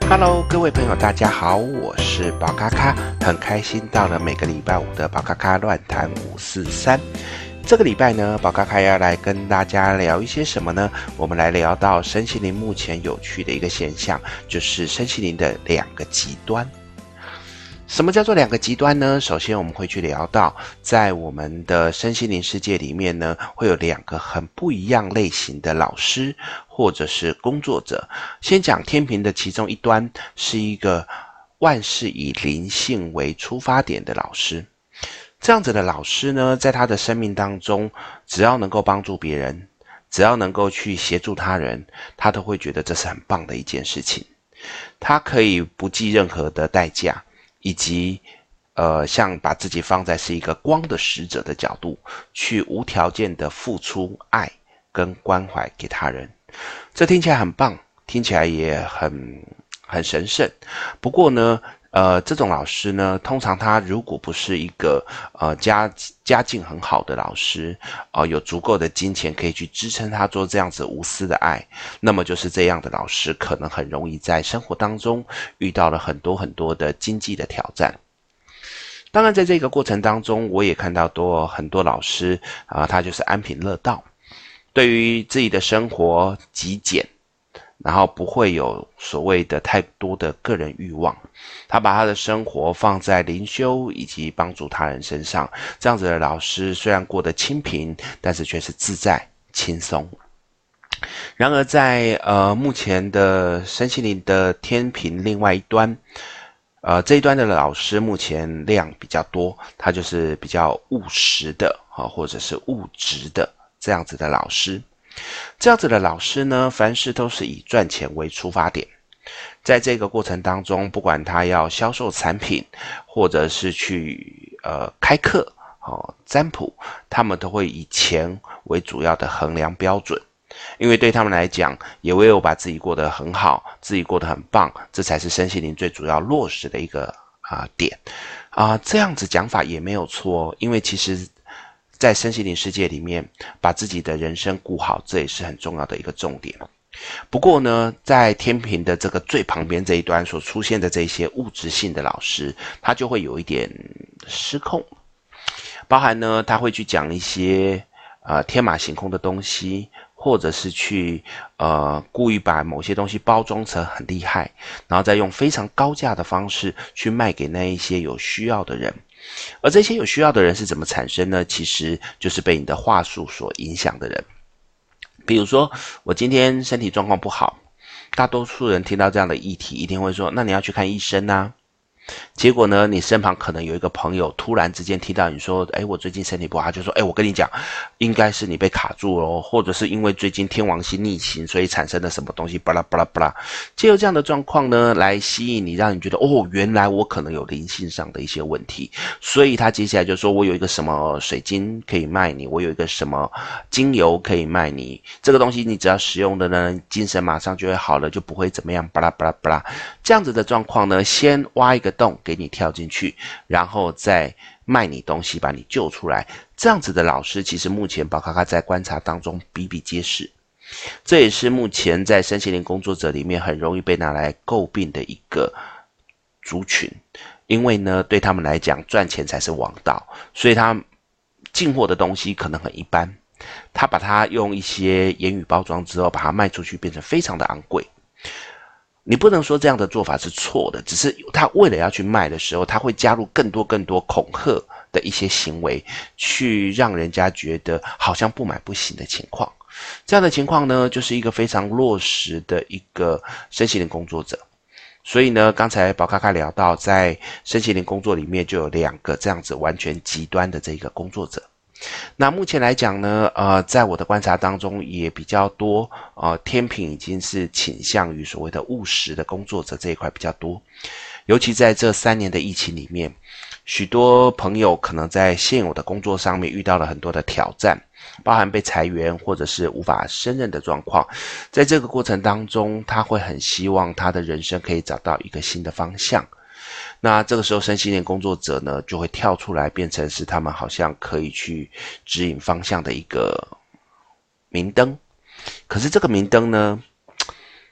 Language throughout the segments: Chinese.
Hello，各位朋友，大家好，我是宝咖咖，很开心到了每个礼拜五的宝咖咖乱谈543。这个礼拜呢，宝咖咖要来跟大家聊一些什么呢？我们来聊到身心灵目前有趣的一个现象，就是身心灵的两个极端。什么叫做两个极端呢？首先我们会去聊到，在我们的身心灵世界里面呢，会有两个很不一样类型的老师或者是工作者。先讲天平的其中一端，是一个万事以灵性为出发点的老师。这样子的老师呢，在他的生命当中，只要能够帮助别人，只要能够去协助他人，他都会觉得这是很棒的一件事情。他可以不计任何的代价，以及像把自己放在是一个光的使者的角度，去无条件的付出爱跟关怀给他人。这听起来很棒，听起来也很神圣。不过呢，这种老师呢，通常他如果不是一个家境很好的老师，有足够的金钱可以去支撑他做这样子无私的爱，那么就是这样的老师可能很容易在生活当中遇到了很多的经济的挑战。当然在这个过程当中，我也看到很多老师他就是安贫乐道，对于自己的生活极简，然后不会有所谓的太多的个人欲望，他把他的生活放在灵修以及帮助他人身上。这样子的老师虽然过得清贫，但是却是自在轻松。然而在目前的身心灵的天平另外一端，这一端的老师目前量比较多，他就是比较务实的或者是物质的这样子的老师。这样子的老师呢，凡事都是以赚钱为出发点。在这个过程当中，不管他要销售产品，或者是去开课占卜，他们都会以钱为主要的衡量标准。因为对他们来讲，也唯有把自己过得很好，自己过得很棒，这才是身心灵最主要落实的一个点这样子讲法也没有错，因为其实在身心灵世界里面，把自己的人生顾好，这也是很重要的一个重点。不过呢，在天平的这个最旁边这一端所出现的这些物质性的老师，他就会有一点失控，包含呢，他会去讲一些天马行空的东西，或者是去故意把某些东西包装成很厉害，然后再用非常高价的方式去卖给那一些有需要的人。而这些有需要的人是怎么产生呢？其实就是被你的话术所影响的人。比如说我今天身体状况不好，大多数人听到这样的议题一定会说，那你要去看医生啊。结果呢，你身旁可能有一个朋友突然之间听到你说，我最近身体不好，他就说，我跟你讲，应该是你被卡住了，或者是因为最近天王星逆行，所以产生了什么东西，巴拉巴拉巴拉。藉由这样的状况呢，来吸引你，让你觉得，原来我可能有灵性上的一些问题。所以他接下来就说，我有一个什么水晶可以卖你，我有一个什么精油可以卖你，这个东西你只要使用的呢，精神马上就会好了，就不会怎么样，巴拉巴拉巴拉。这样子的状况呢，先挖一个洞给你跳进去，然后再卖你东西把你救出来。这样子的老师其实目前宝咖咖在观察当中比比皆是，这也是目前在身心灵工作者里面很容易被拿来诟病的一个族群。因为呢，对他们来讲赚钱才是王道，所以他进货的东西可能很一般，他把它用一些言语包装之后把它卖出去，变成非常的昂贵。你不能说这样的做法是错的，只是他为了要去卖的时候，他会加入更多恐吓的一些行为，去让人家觉得好像不买不行的情况。这样的情况呢，就是一个非常落实的一个身心灵工作者。所以呢，刚才宝咖咖聊到，在身心灵工作里面就有两个这样子完全极端的这个工作者。那目前来讲呢，在我的观察当中也比较多，天平已经是倾向于所谓的务实的工作者这一块比较多。尤其在这3年的疫情里面，许多朋友可能在现有的工作上面遇到了很多的挑战，包含被裁员或者是无法胜任的状况。在这个过程当中，他会很希望他的人生可以找到一个新的方向。那这个时候身心灵工作者呢，就会跳出来变成是他们好像可以去指引方向的一个明灯。可是这个明灯呢，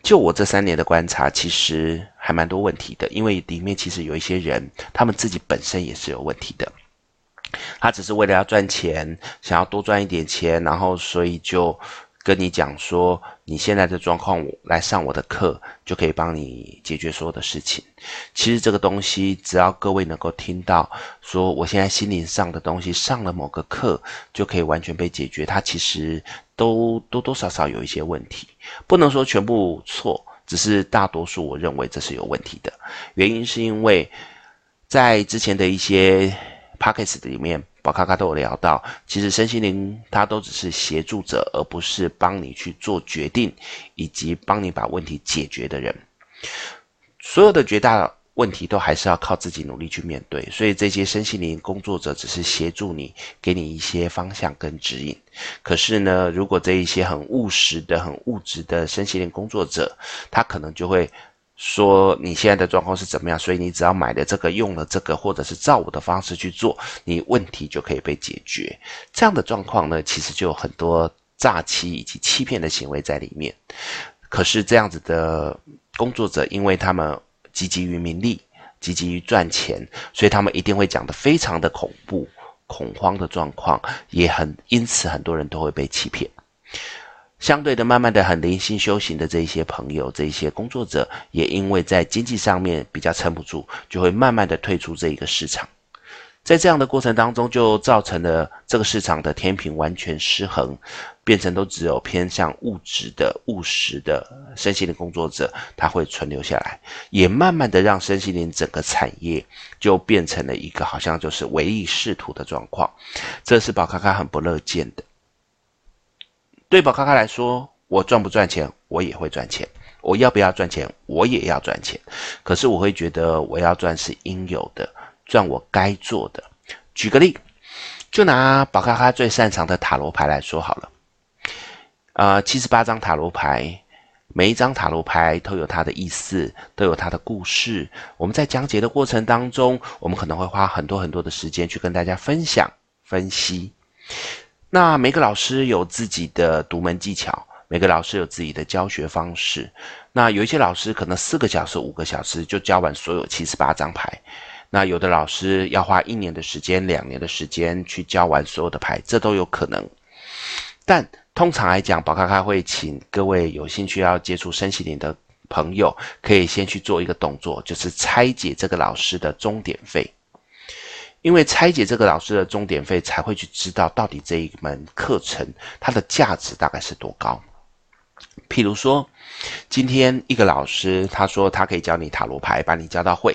就我这3年的观察，其实还蛮多问题的，因为里面其实有一些人，他们自己本身也是有问题的。他只是为了要赚钱，想要多赚一点钱，然后所以就跟你讲说，你现在的状况来上我的课，就可以帮你解决所有的事情。其实这个东西，只要各位能够听到说，我现在心灵上的东西上了某个课，就可以完全被解决，它其实都多多少少有一些问题，不能说全部错，只是大多数我认为这是有问题的。原因是因为在之前的一些Podcast 里面，宝咖咖都有聊到，其实身心灵它都只是协助者，而不是帮你去做决定，以及帮你把问题解决的人。所有的绝大问题都还是要靠自己努力去面对，所以这些身心灵工作者只是协助你，给你一些方向跟指引。可是呢，如果这一些很务实的、很物质的身心灵工作者，他可能就会说你现在的状况是怎么样，所以你只要买了这个用了这个，或者是照我的方式去做，你问题就可以被解决。这样的状况呢，其实就有很多诈欺以及欺骗的行为在里面。可是这样子的工作者，因为他们积极于名利，积极于赚钱，所以他们一定会讲得非常的恐怖、恐慌的状况，因此很多人都会被欺骗。相对的，慢慢的很灵性修行的这一些朋友，这一些工作者，也因为在经济上面比较撑不住，就会慢慢的退出这一个市场。在这样的过程当中，就造成了这个市场的天平完全失衡，变成都只有偏向物质的、务实的身心灵工作者，他会存留下来，也慢慢的让身心灵整个产业就变成了一个好像就是唯利是图的状况，这是宝咖咖很不乐见的。对宝咖咖来说，我赚不赚钱，我也会赚钱；我要不要赚钱，我也要赚钱。可是我会觉得我要赚是应有的，赚我该做的。举个例，就拿宝咖咖最擅长的塔罗牌来说好了。78张塔罗牌，每一张塔罗牌都有它的意思，都有它的故事。我们在讲解的过程当中，我们可能会花很多很多的时间去跟大家分享、分析。那每个老师有自己的独门技巧，每个老师有自己的教学方式。那有一些老师可能4个小时、5个小时就教完所有78张牌，那有的老师要花1年的时间、2年的时间去教完所有的牌，这都有可能。但通常来讲，宝咖咖会请各位有兴趣要接触身心灵的朋友，可以先去做一个动作，就是拆解这个老师的钟点费。因为拆解这个老师的钟点费，才会去知道到底这一门课程它的价值大概是多高。譬如说，今天一个老师他说他可以教你塔罗牌，把你教到会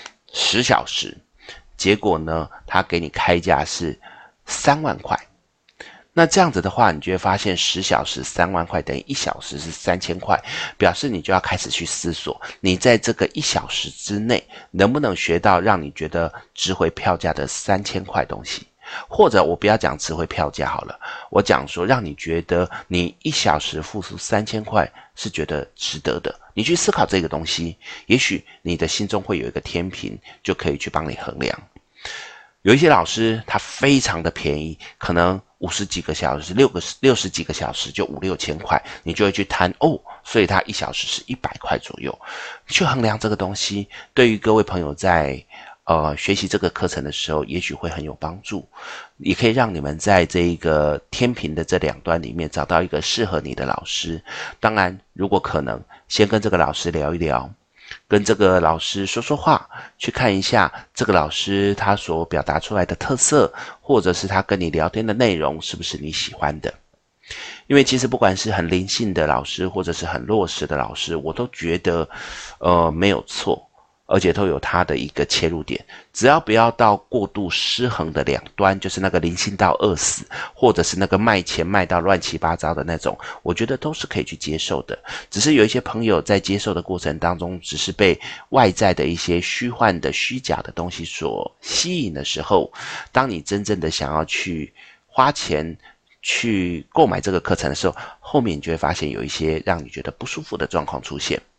10小时，结果呢，他给你开价是3万块。那这样子的话，你就会发现10小时3万块等于1小时是3000块，表示你就要开始去思索，你在这个1小时之内能不能学到让你觉得值回票价的3000块东西。或者我不要讲值回票价好了，我讲说让你觉得你1小时付出3000块是觉得值得的。你去思考这个东西，也许你的心中会有一个天平，就可以去帮你衡量。有一些老师他非常的便宜，可能50几个小时、60几个小时就5、6千块，你就会去摊所以他1小时是100块左右。去衡量这个东西，对于各位朋友在学习这个课程的时候，也许会很有帮助，也可以让你们在这一个天平的这2端里面找到一个适合你的老师。当然，如果可能，先跟这个老师聊一聊，跟这个老师说说话，去看一下这个老师他所表达出来的特色，或者是他跟你聊天的内容是不是你喜欢的。因为其实不管是很灵性的老师，或者是很落实的老师，我都觉得没有错，而且都有它的一个切入点，只要不要到过度失衡的2端，就是那个灵性到饿死，或者是那个卖钱卖到乱七八糟的那种，我觉得都是可以去接受的。只是有一些朋友在接受的过程当中，只是被外在的一些虚幻的虚假的东西所吸引的时候，当你真正的想要去花钱去购买这个课程的时候，后面你就会发现有一些让你觉得不舒服的状况出现。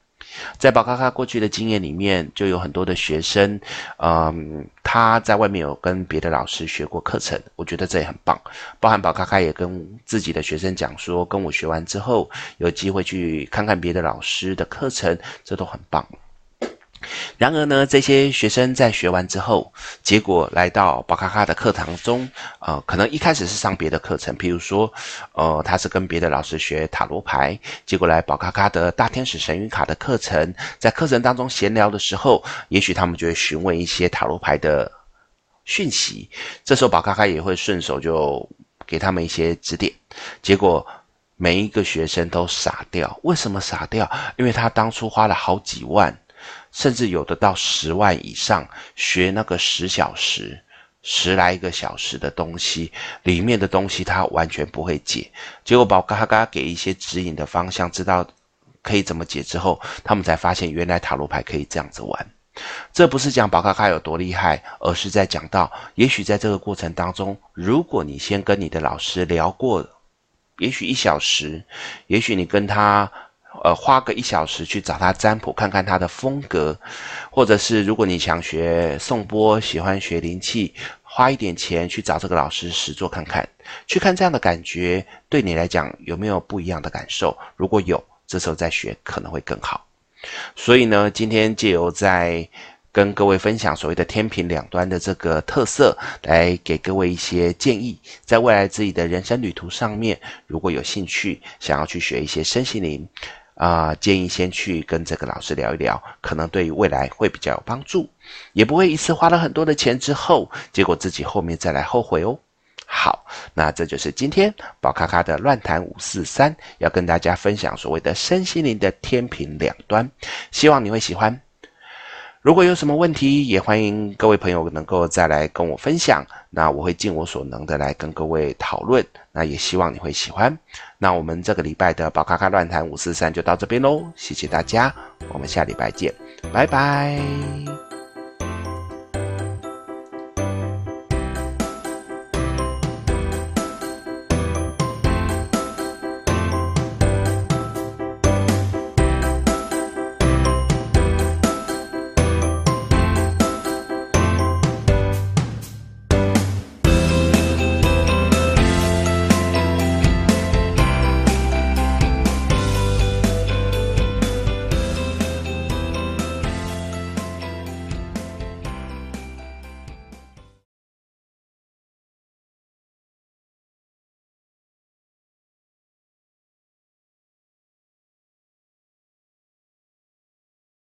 在宝咖咖过去的经验里面，就有很多的学生，他在外面有跟别的老师学过课程，我觉得这也很棒。包含宝咖咖也跟自己的学生讲说，跟我学完之后，有机会去看看别的老师的课程，这都很棒。然而呢，这些学生在学完之后，结果来到宝咖咖的课堂中，可能一开始是上别的课程，譬如说，他是跟别的老师学塔罗牌，结果来宝咖咖的大天使神谕卡的课程，在课程当中闲聊的时候，也许他们就会询问一些塔罗牌的讯息，这时候宝咖咖也会顺手就给他们一些指点，结果每一个学生都傻掉。为什么傻掉？因为他当初花了好几万，甚至有的到10万以上，学那个10小时，10来个小时的东西，里面的东西他完全不会解。结果宝咖咖给一些指引的方向，知道可以怎么解之后，他们才发现原来塔罗牌可以这样子玩。这不是讲宝咖咖有多厉害，而是在讲到，也许在这个过程当中，如果你先跟你的老师聊过，也许1小时，也许你跟他花个1小时去找他占卜，看看他的风格，或者是如果你想学颂钵，喜欢学灵气，花一点钱去找这个老师实作看看，去看这样的感觉对你来讲有没有不一样的感受，如果有，这时候再学可能会更好。所以呢，今天借由在跟各位分享所谓的天平两端的这个特色，来给各位一些建议，在未来自己的人生旅途上面，如果有兴趣想要去学一些身心灵，建议先去跟这个老师聊一聊，可能对于未来会比较有帮助，也不会一次花了很多的钱之后，结果自己后面再来后悔哦。好，那这就是今天宝咖咖的乱谈543，要跟大家分享所谓的身心灵的天平两端，希望你会喜欢。如果有什么问题，也欢迎各位朋友能够再来跟我分享，那我会尽我所能的来跟各位讨论，那也希望你会喜欢。那我们这个礼拜的宝咖咖乱谈543就到这边咯，谢谢大家，我们下礼拜见，拜拜。